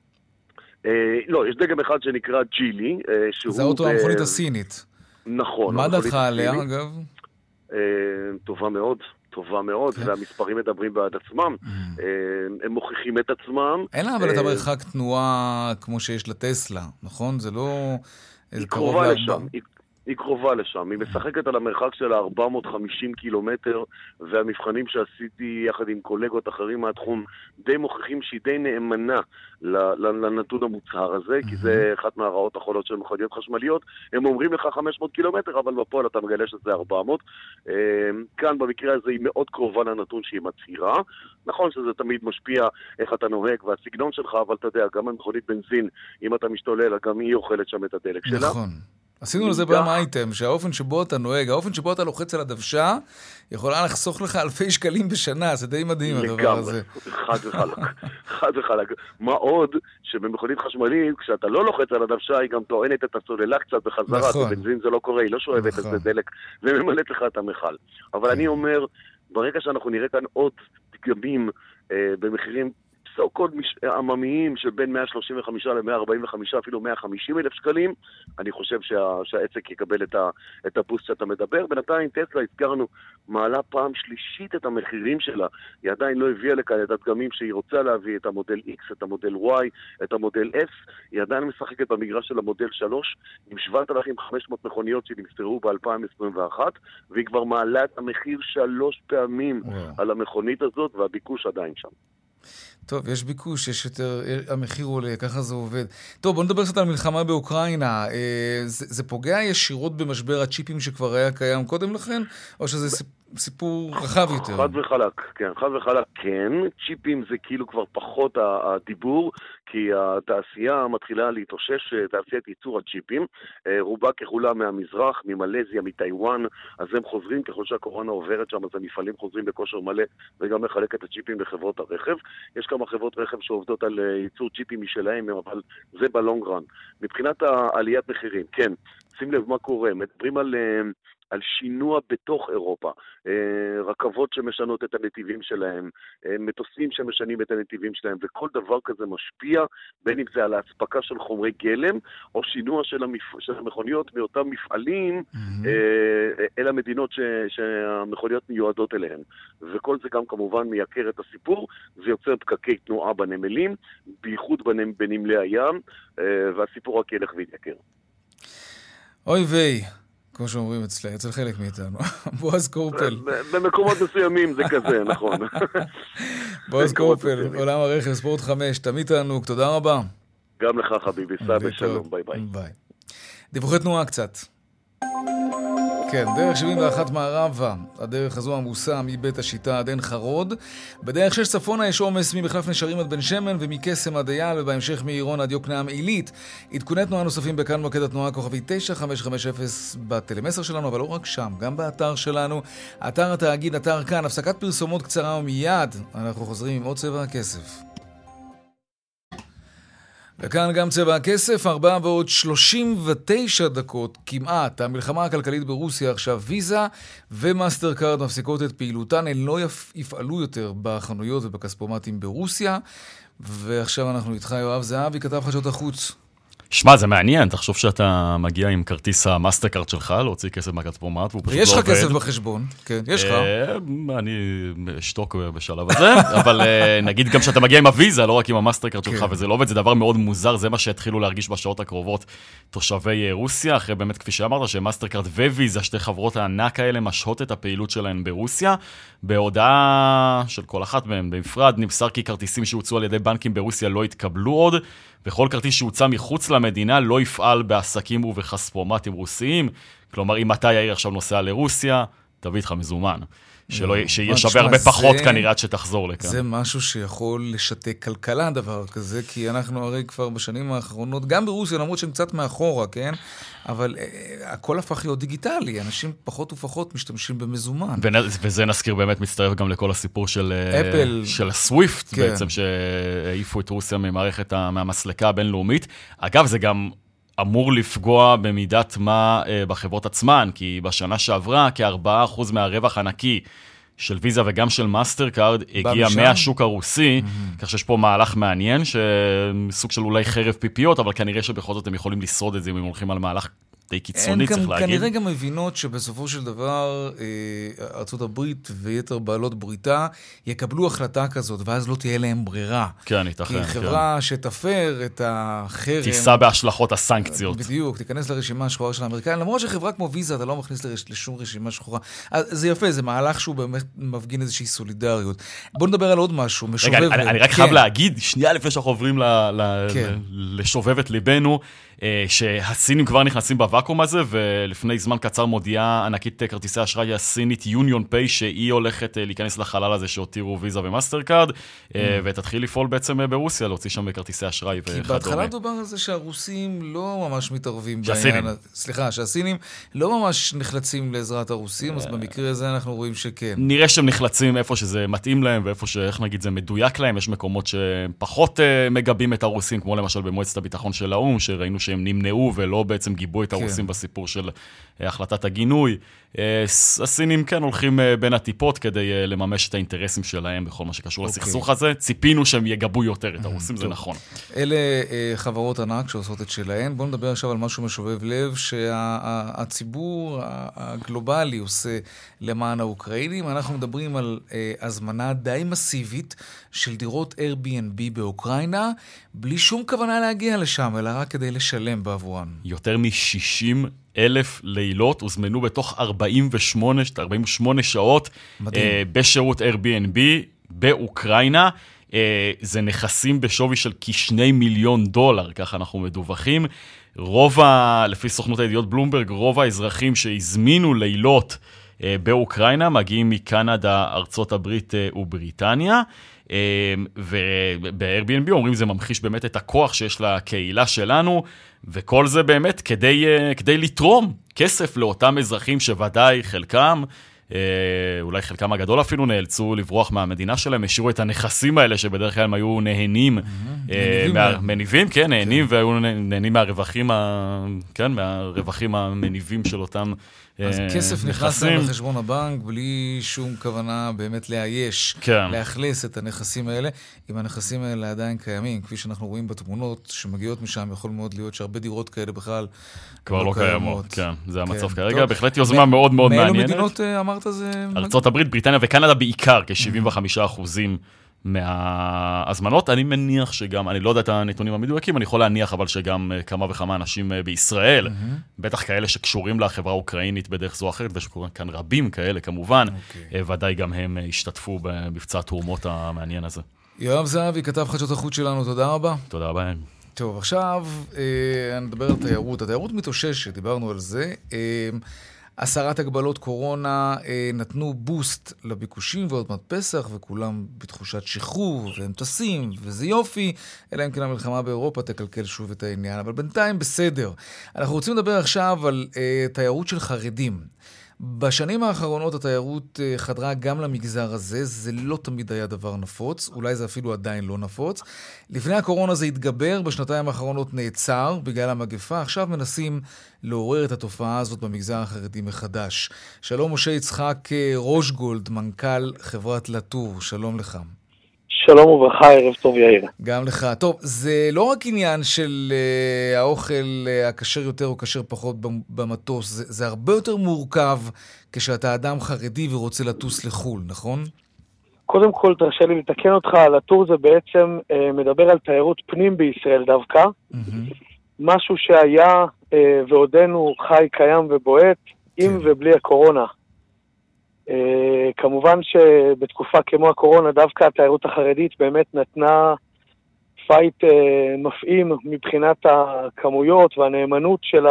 לא, יש דגם אחד שנקרא ג'ילי, זה האוטו המכונית הסינית. נכון. מה דעתך עליה, אגב? טובה מאוד, טובה מאוד, והמספרים מדברים בעד עצמם. הם מוכיחים את עצמם. אין לה אבל את המרחק תנועה כמו שיש לטסלה, נכון? זה לא... היא קרובה לשם. היא קרובה לשם, היא משחקת על המרחק של ארבע מאות וחמישים קילומטר, והמבחנים שעשיתי יחד עם קולגות אחרים מהתחום די מוכיחים שהיא די נאמנה לנתון המוצהר הזה, כי זה אחת מהרעות החולות של מכוניות חשמליות. הם אומרים לך חמש מאות קילומטר, אבל בפועל אתה מגלה שזה ארבע מאות. כאן במקרה הזה היא מאוד קרובה לנתון שהיא מצהירה. נכון שזה תמיד משפיע איך אתה נוהג והסגנון שלך, אבל אתה יודע, גם המכונית בנזין, אם אתה משתולל, גם היא אוכלת שם את הדלק שלה. נכון. עשינו לזה פעם אייטם, שהאופן שבו אתה נוהג, האופן שבו אתה לוחץ על הדוושה, יכולה לחסוך לך אלפי שקלים בשנה, זה די מדהים הדבר הזה. חד וחלק, חד וחלק. מה עוד שבמכונית חשמלית, כשאתה לא לוחץ על הדוושה, היא גם טוענת את הסוללה קצת בחזרה, בבנזין זה לא קורה, היא לא שואבת את זה דלק, וממלאת לך את המכל. אבל אני אומר, ברגע שאנחנו נראה כאן עוד דגמים במחירים סו קוד עממיים של בין מאה שלושים וחמישה ל-מאה ארבעים וחמישה, אפילו מאה וחמישים אלף שקלים, אני חושב שה, שהעסק יקבל את, ה, את הבוסט שאתה מדבר. בינתיים טסלה, הזכרנו, מעלה פעם שלישית את המחירים שלה. היא עדיין לא הביאה לכאן את הדגמים שהיא רוצה להביא, את המודל X, את המודל Y, את המודל S. היא עדיין משחקת במגרש של המודל שלוש, עם שבעת אלפים וחמש מאות מכוניות שנמסרו ב-אלפיים עשרים ואחת, והיא כבר מעלה את המחיר שלוש פעמים וואו. על המכונית הזאת, והביקוש עדיין שם. טוב, יש ביקוש, יש יותר, המחיר עולה, ככה זה עובד. טוב, בוא נדבר קצת על מלחמה באוקראינה. זה, זה פוגע ישירות במשבר הצ'יפים שכבר היה קיים קודם לכן, או שזה סיפור רחב יותר? חד וחלק, כן, חד וחלק, כן. צ'יפים זה כאילו כבר פחות הדיבור, כי התעשייה מתחילה להתאושש, תעשיית ייצור הצ'יפים, רובה ככולה מהמזרח, ממלזיה, מטייוואן, אז הם חוזרים, ככל שהקורונה עוברת שם, אז המפעלים חוזרים בכושר מלא, וגם מחלק את הצ'יפים לחברות הרכב. יש כמה חברות רכב שעובדות על ייצור צ'יפים משלהם, אבל זה בלונגרן. מבחינת העליית מחירים, כן, שים לב מה קורה, מדברים על... על שינוע בתוך אירופה, רכבות שמשנות את הנתיבים שלהם, מטוסים שמשנים את הנתיבים שלהם, וכל דבר כזה משפיע, בין אם זה על ההספקה של חומרי גלם, או שינוע של, המפ... של המכוניות מאותם מפעלים, mm-hmm. אל המדינות ש... שהמכוניות מיועדות אליהן. וכל זה גם כמובן מייקר את הסיפור, זה יוצר פקקי תנועה בנמלים, בייחוד בנמלי הים, והסיפור רק ילך ויתייקר. אוי ויי. כמו שאומרים אצלי, אצל חלק מאיתנו. בועז קורפל. במקומות מסוימים זה כזה, נכון. בועז קורפל, עולם הרכב, ספורט חמש, תמיד תענוג, תודה רבה. גם לך חביבי, סע בשלום, ביי ביי. ביי. דיווחי תנועה קצת. כן, דרך שבעים ואחת מערבה, הדרך הזו עמוסה מבית השיטה עד עין חרוד. בדרך שש צפונה יש עומס ממחלף נשרים עד בן שמן ומקסם עד אייל, ובהמשך מעירון עד יוקנעם עילית. עדכוני תנועה נוספים בכאן מוקד התנועה כוכבי תשע חמש חמש אפס בטלמסר שלנו, אבל לא רק שם, גם באתר שלנו, אתר התאגיד, אתר כאן. הפסקת פרסומות קצרה ומיד אנחנו חוזרים עם עוד צבע הכסף. וכאן גם צבע הכסף, ארבע ועוד שלושים ותשע דקות כמעט. המלחמה הכלכלית ברוסיה עכשיו, ויזה ומאסטר קארד מפסיקות את פעילותן, הן לא יפעלו יותר בחנויות ובכספומטים ברוסיה. ועכשיו אנחנו איתך יואב זהבי, כתב חדשות החוץ. שמע, זה מעניין, תחשוב שאתה מגיע עם כרטיס המאסטר קארד שלך, להוציא כסף מהכספומט, והוא פשוט לא עובד. יש לך כסף בחשבון, כן, יש לך. אני אשתוק בשלב הזה, אבל נגיד גם שאתה מגיע עם הוויזה, לא רק עם המאסטר קארד שלך, וזה לא עובד, זה דבר מאוד מוזר, זה מה שהתחילו להרגיש בשעות הקרובות תושבי רוסיה, אחרי באמת כפי שאמרת, שמאסטר קארד וויזה, שתי חברות הענק האלה, משהות את הפעילות שלהן ברוסיה. בהודעה של כל אחת מהם בנפרד, נמסר כי כרטיסים שהוצאו על ידי בנקים ברוסיה לא התקבלו עוד, וכל כרטיס שהוצא מחוץ למדינה לא יפעל בעסקים ובכספומטים רוסיים. כלומר, אם אתה יאיר עכשיו נוסע לרוסיה, תביא איתך מזומן. שלא, שיהיה שווה הרבה פחות כנראה שתחזור לכאן. זה משהו שיכול לשתק כלכלה, דבר כזה, כי אנחנו הרי כבר בשנים האחרונות, גם ברוסיה, למרות שהם קצת מאחורה, כן? אבל אה, הכל הפך להיות דיגיטלי, אנשים פחות ופחות משתמשים במזומן. וזה נזכיר באמת מצטרף גם לכל הסיפור של אפל. של הסוויפט, כן. בעצם שהעיפו את רוסיה ממערכת, מהמסלקה הבינלאומית. אגב, זה גם אמור לפגוע במידת מה בחברות עצמן, כי בשנה שעברה כ-ארבעה אחוז מהרווח הנקי של ויזה וגם של מאסטר קארד הגיע מהשוק הרוסי, mm-hmm. כך שיש פה מהלך מעניין, שסוג של אולי חרב פיפיות, אבל כנראה שבכל זאת הם יכולים לשרוד את זה אם הם הולכים על מהלך די קיצוני, צריך להגיד. כנראה גם מבינות שבסופו של דבר ארצות הברית ויתר בעלות בריתה יקבלו החלטה כזאת, ואז לא תהיה להם ברירה. כן, ייתכן. כי חברה כן. שתפר את החרם... תיסע בהשלכות הסנקציות. בדיוק, תיכנס לרשימה השחורה של האמריקאים, למרות שחברה כמו ויזה אתה לא מכניס לשום רשימה שחורה. אז זה יפה, זה מהלך שהוא באמת מפגין איזושהי סולידריות. בואו נדבר על עוד משהו, משובב. רגע, אני, אני רק כן. חייב להגיד, שנייה לפני שאנחנו עוברים ל, ל, כן. לשובב את ליבנו, שהסינים כבר נכנסים בוואקום הזה, ולפני זמן קצר מודיעה ענקית כרטיסי האשראי הסינית יוניון פיי, שהיא הולכת להיכנס לחלל הזה שהותירו ויזה ומאסטר קארד, ותתחיל לפעול בעצם ברוסיה, להוציא שם כרטיסי אשראי וכדומה. כי בהתחלה דובר על זה שהרוסים לא ממש מתערבים בעניין. סליחה, שהסינים לא ממש נחלצים לעזרת הרוסים, אז במקרה הזה אנחנו רואים שכן. נראה שהם נחלצים איפה שזה מתאים להם, ואיפה שאיך נגיד זה מדויק להם, יש מקומות שפחות מגבים את הרוסים, כמו למשל במועצת הביטחון של האו"ם, שראינו ש שהם נמנעו ולא בעצם גיבו את הרוסים בסיפור של החלטת הגינוי. הסינים כן הולכים בין הטיפות כדי לממש את האינטרסים שלהם בכל מה שקשור לסכסוך הזה. ציפינו שהם יגבו יותר את הרוסים, זה נכון. אלה חברות ענק שעושות את שלהן. בואו נדבר עכשיו על משהו משובב לב שהציבור הגלובלי עושה למען האוקראינים. אנחנו מדברים על הזמנה די מסיבית של דירות Airbnb באוקראינה, בלי שום כוונה להגיע לשם, אלא רק כדי לשלם בעבורן. יותר מ-שישים אלף לילות הוזמנו בתוך ארבעים ושמונה שעות אה, בשירות Airbnb באוקראינה. אה, זה נכסים בשווי של כשני מיליון דולר, ככה אנחנו מדווחים. רוב, ה, לפי סוכנות הידיעות בלומברג, רוב האזרחים שהזמינו לילות אה, באוקראינה מגיעים מקנדה, ארצות הברית אה, ובריטניה. וב-Airbnb אומרים זה ממחיש באמת את הכוח שיש לקהילה שלנו, וכל זה באמת כדי, כדי לתרום כסף לאותם אזרחים שוודאי חלקם, אולי חלקם הגדול אפילו נאלצו לברוח מהמדינה שלהם, השאירו את הנכסים האלה שבדרך כלל הם היו נהנים, מניבים, כן, נהנים והיו נהנים מהרווחים, כן, מהרווחים המניבים של אותם אז כסף נכנס להם לחשבון הבנק בלי שום כוונה באמת לאייש, לאכלס את הנכסים האלה. אם הנכסים האלה עדיין קיימים, כפי שאנחנו רואים בתמונות שמגיעות משם, יכול מאוד להיות שהרבה דירות כאלה בכלל כבר לא קיימות. כן, זה המצב כרגע. בהחלט יוזמה מאוד מאוד מעניינת. מאילו מדינות אמרת זה? ארצות הברית, בריטניה וקנדה בעיקר, כ-שבעים וחמישה אחוזים מההזמנות. אני מניח שגם, אני לא יודע את הנתונים המדויקים, אני יכול להניח אבל שגם כמה וכמה אנשים בישראל, בטח כאלה שקשורים לחברה האוקראינית בדרך זו או אחרת, ושקורים כאן רבים כאלה כמובן, ודאי גם הם השתתפו במבצע תרומות המעניין הזה. יואב זהבי, כתב חדשות החוץ שלנו, תודה רבה. תודה רבה. טוב, עכשיו אני מדבר על תיירות. התיירות מתאוששת, דיברנו על זה. הסרת הגבלות קורונה אה, נתנו בוסט לביקושים ועוד מעט פסח, וכולם בתחושת שחרור, והם טסים, וזה יופי, אלא אם כן המלחמה באירופה תקלקל שוב את העניין, אבל בינתיים בסדר. אנחנו רוצים לדבר עכשיו על אה, תיירות של חרדים. בשנים האחרונות התיירות אה, חדרה גם למגזר הזה, זה לא תמיד היה דבר נפוץ, אולי זה אפילו עדיין לא נפוץ. לפני הקורונה זה התגבר, בשנתיים האחרונות נעצר בגלל המגפה, עכשיו מנסים לעורר את התופעה הזאת במגזר החרדי מחדש. שלום משה יצחק רושגולד, מנכ"ל חברת לטור, שלום לך. שלום וברכה, ערב טוב יאיר. גם לך. טוב, זה לא רק עניין של uh, האוכל uh, הכשר יותר או כשר פחות במטוס, זה, זה הרבה יותר מורכב כשאתה אדם חרדי ורוצה לטוס לחול, נכון? קודם כל, תרשה לי לתקן אותך, לטור זה בעצם uh, מדבר על תיירות פנים בישראל דווקא, mm-hmm. משהו שהיה uh, ועודנו חי, קיים ובועט, כן. עם ובלי הקורונה. Uh, כמובן שבתקופה כמו הקורונה דווקא התיירות החרדית באמת נתנה פייט uh, מפעים מבחינת הכמויות והנאמנות של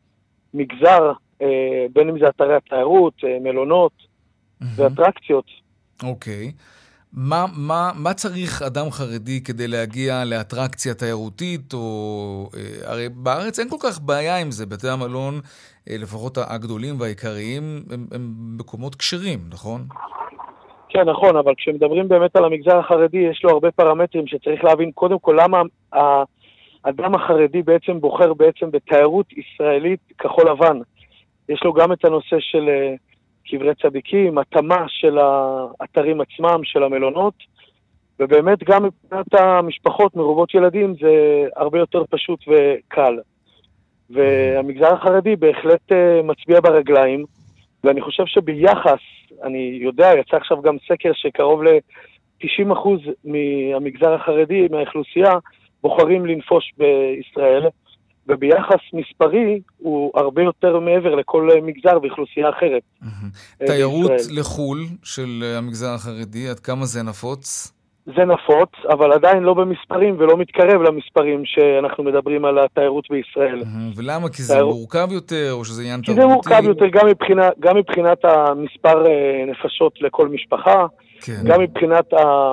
המגזר, uh, בין אם זה אתרי התיירות, uh, מלונות mm-hmm. ואטרקציות. אוקיי. Okay. מה, מה, מה צריך אדם חרדי כדי להגיע לאטרקציה תיירותית? או, uh, הרי בארץ אין כל כך בעיה עם זה, בתי המלון לפחות הגדולים והעיקריים, הם, הם מקומות קשרים, נכון? כן, נכון, אבל כשמדברים באמת על המגזר החרדי, יש לו הרבה פרמטרים שצריך להבין קודם כל למה האדם החרדי בעצם בוחר בעצם בתיירות ישראלית כחול לבן. יש לו גם את הנושא של קברי צדיקים, התאמה של האתרים עצמם, של המלונות, ובאמת גם מבחינת המשפחות מרובות ילדים זה הרבה יותר פשוט וקל. והמגזר החרדי בהחלט uh, מצביע ברגליים, ואני חושב שביחס, אני יודע, יצא עכשיו גם סקר שקרוב ל-תשעים אחוז מהמגזר החרדי, מהאוכלוסייה, בוחרים לנפוש בישראל, וביחס מספרי הוא הרבה יותר מעבר לכל מגזר ואוכלוסייה אחרת. תיירות לחול של המגזר החרדי, עד כמה זה נפוץ? זה נפוץ, אבל עדיין לא במספרים ולא מתקרב למספרים שאנחנו מדברים על התיירות בישראל. ולמה? כי זה מורכב יותר או שזה עניין תרבותי? כי זה מורכב יותר גם מבחינת, גם מבחינת המספר נפשות לכל משפחה, גם מבחינת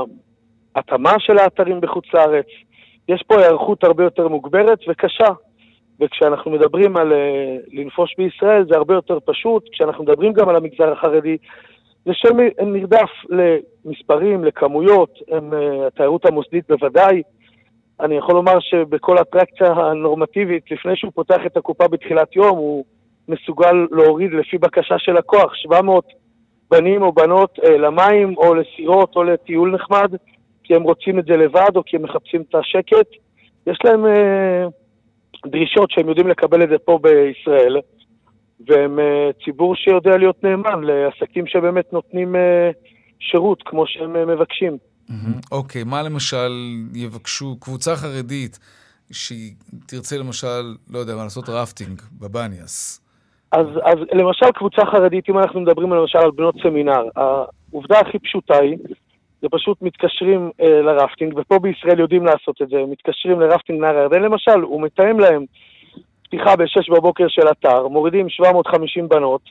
ההתאמה של האתרים בחוץ לארץ. יש פה הערכות הרבה יותר מוגברת וקשה, וכשאנחנו מדברים על לנפוש בישראל זה הרבה יותר פשוט. כשאנחנו מדברים גם על המגזר החרדי, זה שם נרדף למספרים, לכמויות, הם, התיירות המוסדית בוודאי, אני יכול לומר שבכל אטרקציה הנורמטיבית, לפני שהוא פותח את הקופה בתחילת יום, הוא מסוגל להוריד לפי בקשה של לקוח שבע מאות בנים או בנות אה, למים או לסירות או לטיול נחמד, כי הם רוצים את זה לבד או כי הם מחפשים את השקט. יש להם אה, דרישות שהם יודעים לקבל את זה פה בישראל, והם אה, ציבור שיודע להיות נאמן לעסקים שבאמת נותנים אה, שירות כמו שהם אה, מבקשים. אוקיי, מה למשל יבקשו קבוצה חרדית שהיא תרצה למשל, לא יודע, מה לעשות רפטינג בבניאס? אז, אז למשל קבוצה חרדית, אם אנחנו מדברים למשל על בנות סמינר, העובדה הכי פשוטה היא, זה פשוט מתקשרים אה, לרפטינג, ופה בישראל יודעים לעשות את זה, מתקשרים לרפטינג נהר הירדן למשל, הוא מתאם להם פתיחה בשש בבוקר של אתר, מורידים שבע מאות וחמישים בנות,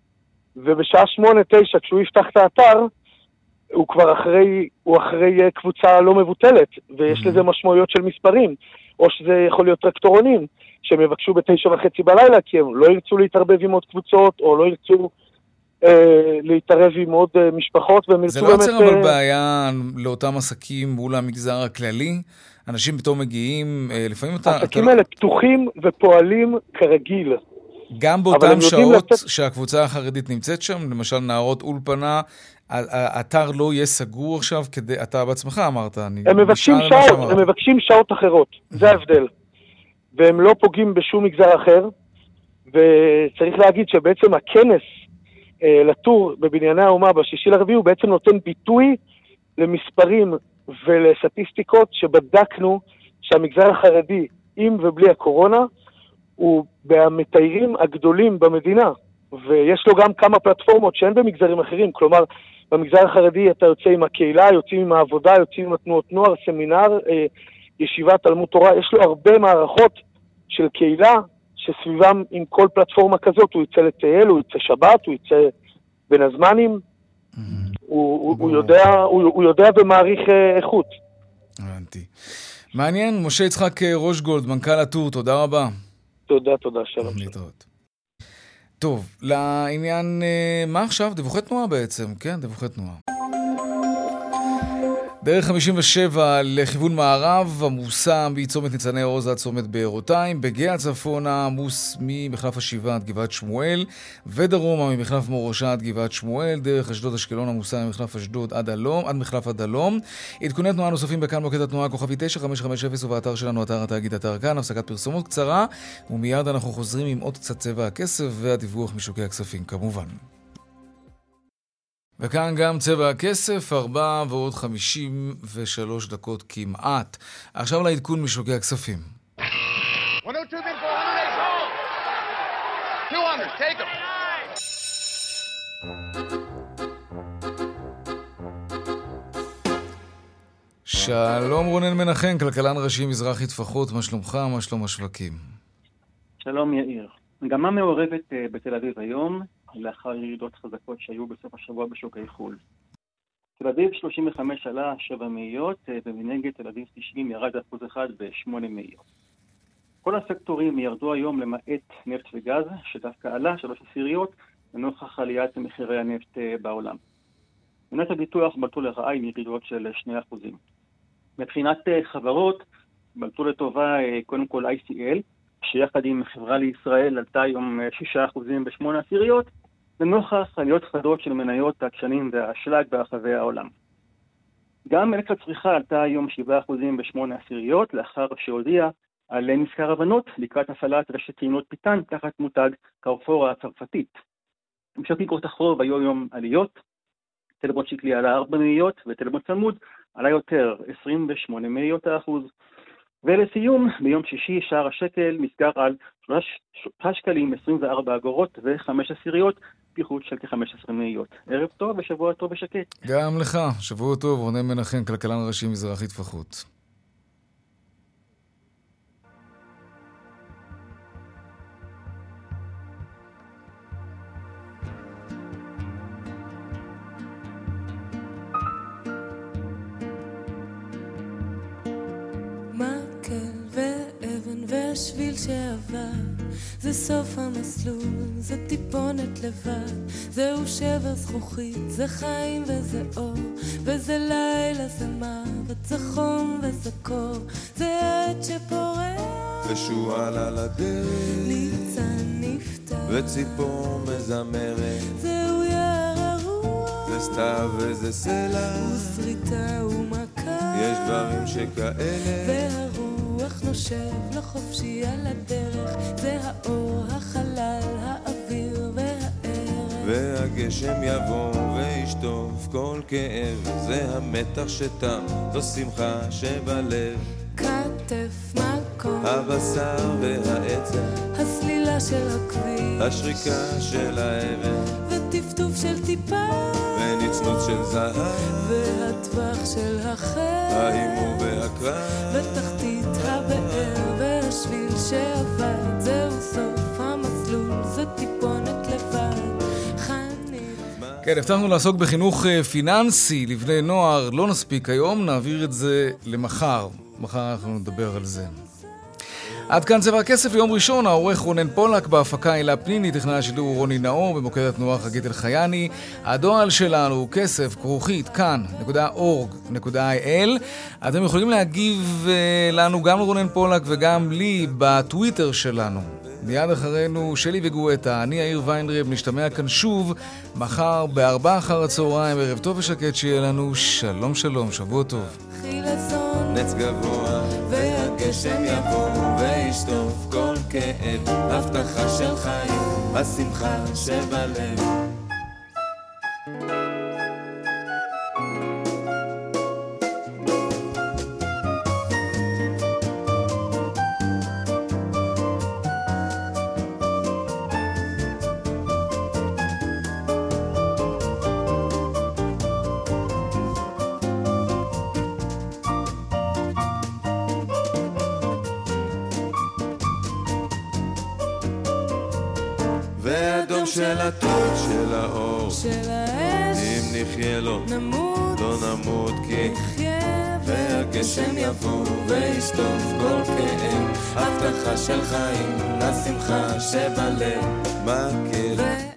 ובשעה שמונה תשע כשהוא יפתח את האתר, הוא כבר אחרי, הוא אחרי קבוצה לא מבוטלת, ויש לזה משמעויות של מספרים, או שזה יכול להיות טרקטורונים, שהם יבקשו בתשע וחצי בלילה, כי הם לא ירצו להתערבב עם עוד קבוצות, או לא ירצו אה, להתערב עם עוד אה, משפחות, והם ירצו באמת... זה לא יוצר אבל בעיה לאותם עסקים מול המגזר הכללי? אנשים פתאום מגיעים, אה, לפעמים אתה... עסקים אתה... האלה פתוחים ופועלים כרגיל. גם באותם שעות לתת... שהקבוצה החרדית נמצאת שם, למשל נערות אולפנה, האתר לא יהיה סגור עכשיו, כדי, אתה בעצמך אמרת, אני... הם מבקשים שעות, הם מבקשים שעות אחרות, זה ההבדל. והם לא פוגעים בשום מגזר אחר, וצריך להגיד שבעצם הכנס אה, לטור בבנייני האומה בשישי לרביעי, הוא בעצם נותן ביטוי למספרים ולסטטיסטיקות שבדקנו שהמגזר החרדי, עם ובלי הקורונה, הוא במתיירים הגדולים במדינה, ויש לו גם כמה פלטפורמות שאין במגזרים אחרים, כלומר, במגזר החרדי אתה יוצא עם הקהילה, יוצאים עם העבודה, יוצאים עם התנועות נוער, סמינר, אה, ישיבת תלמוד תורה, יש לו הרבה מערכות של קהילה, שסביבם עם כל פלטפורמה כזאת, הוא יצא לטייל, הוא יצא שבת, הוא יצא בין הזמנים, הוא, הוא, יודע, הוא, הוא יודע ומעריך איכות. הבנתי. מעניין, משה יצחק רושגולד, מנכ"ל הטור, תודה רבה. תודה, תודה, שלום. להתראות. טוב, לעניין, מה עכשיו? דיווחי תנועה בעצם, כן? דיווחי תנועה. דרך חמישים ושבע לכיוון מערב, עמוסה מצומת ניצני עוז עד צומת בארותיים, בגאה צפונה עמוס ממחלף השבעה עד גבעת שמואל, ודרומה ממחלף מורשה עד גבעת שמואל, דרך אשדוד אשקלון עמוסה ממחלף אשדוד עד הלום, עד מחלף עד הלום. עדכוני תנועה נוספים בכאן מוקד התנועה כוכבי תשע חמש חמש אפס ובאתר שלנו אתר התאגיד אתר כאן. הפסקת פרסומות קצרה, ומיד אנחנו חוזרים עם עוד קצת צבע הכסף והדיווח משוקי הכספים כמובן. וכאן גם צבע הכסף, ארבע ועוד חמישים ושלוש דקות כמעט. עכשיו לעדכון משוקי הכספים. שלום רונן מנחם, כלכלן ראשי מזרחי טפחות, מה שלומך, מה שלום השווקים? שלום יאיר. מגמה מעורבת בתל אביב היום, לאחר ירידות חזקות שהיו בסוף השבוע בשוקי חול. תל אביב שלושים וחמש עלה שבע מאיות, ומנגד תל אביב תשעים ירד אחוז אחד בשמונה מאיות. כל הסקטורים ירדו היום למעט נפט וגז, שדווקא עלה שלוש עשיריות, לנוכח עליית מחירי הנפט בעולם. מניות הביטוח בלטו לרעה עם ירידות של שני אחוזים. מבחינת חברות, בלטו לטובה קודם כל איי סי אל, שיחד עם חברה לישראל עלתה היום שישה אחוזים בשמונה עשיריות, לנוכח עליות חדות של מניות העקשנים והאשלג ברחבי העולם. גם אלקטרה צריכה עלתה היום שבעה אחוזים בשמונה עשיריות, לאחר שהודיעה על מזכר הבנות לקראת הפעלת רשת טעינות פיתן תחת מותג קרפור הצרפתית. המשך תקרות החוב היו היום עליות, טלבון שקלי עלה ארבע מאיות וטלבון צמוד עלה יותר עשרים ושמונה מאיות האחוז. ולסיום, ביום שישי שער השקל נסגר על שלושה שקלים עשרים וארבע אגורות וחמש עשיריות, פיחות של כ-חמש עשרה מאיות. ערב טוב ושבוע טוב ושקט. גם לך, שבוע טוב, רונן מנחם, כלכלן ראשי מזרחי טפחות. מקל ואבן ושביל שעבר זה סוף המסלול, זה טיפונת לבד, זהו שבר זכוכית, זה חיים וזה אור, וזה לילה, זה מוות, זה חום וזה קור, זה עד שפורח ושועל על הדרך, ניצן נפתח וציפור מזמרת, זהו יער הרוח, זה סתיו וזה סלע, וסריטה ומכה, יש דברים שכאלה, והרוח נושב לחופשי על הדרך, זה האור, החלל, האוויר והערך, והגשם יבוא וישטוף כל כאב, זה המתח שתם, זו שמחה שבלב, כתף מקום, הבשר והעצם, הסלילה של הכביש, השריקה של האבן, וטפטוף של טיפה, ונצנות של זהב, והטווח של החל, האימור והקרב, ותחתית הבאר והשביל שעבד, זהו סוף המסלול, זה טיפונת לבד, חנית. כן, הבטחנו לעסוק בחינוך פיננסי לבני נוער, לא נספיק היום, נעביר את זה למחר. מחר אנחנו נדבר על זה. עד כאן צבע הכסף ליום ראשון, העורך רונן פולק, בהפקה אלה פניני, טכנאי השידור רוני נאור, במוקד התנועה חגית אלחייני. הדואל שלנו הוא כסף כרוכית כאן נקודה אורג נקודה איי אל. אתם יכולים להגיב לנו גם לרונן פולק וגם לי בטוויטר שלנו. מיד אחרינו שלי וגואטה, אני יאיר ויינרב, נשתמע כאן שוב מחר בארבע אחר הצהריים. ערב טוב ושקט שיהיה לנו, שלום שלום, שבוע טוב. נץ גבוה והגשם יבוא וישטוף כל כאב, הבטחה של חיים, השמחה שבלב. והאדום של הטוד של האור, של האש, אם נחיה לו נמות, לא נמות כי נחיה, והגשם יבוא וישטוף כל כאב, הבטחה של חיים, לשמחה שבלב, מקל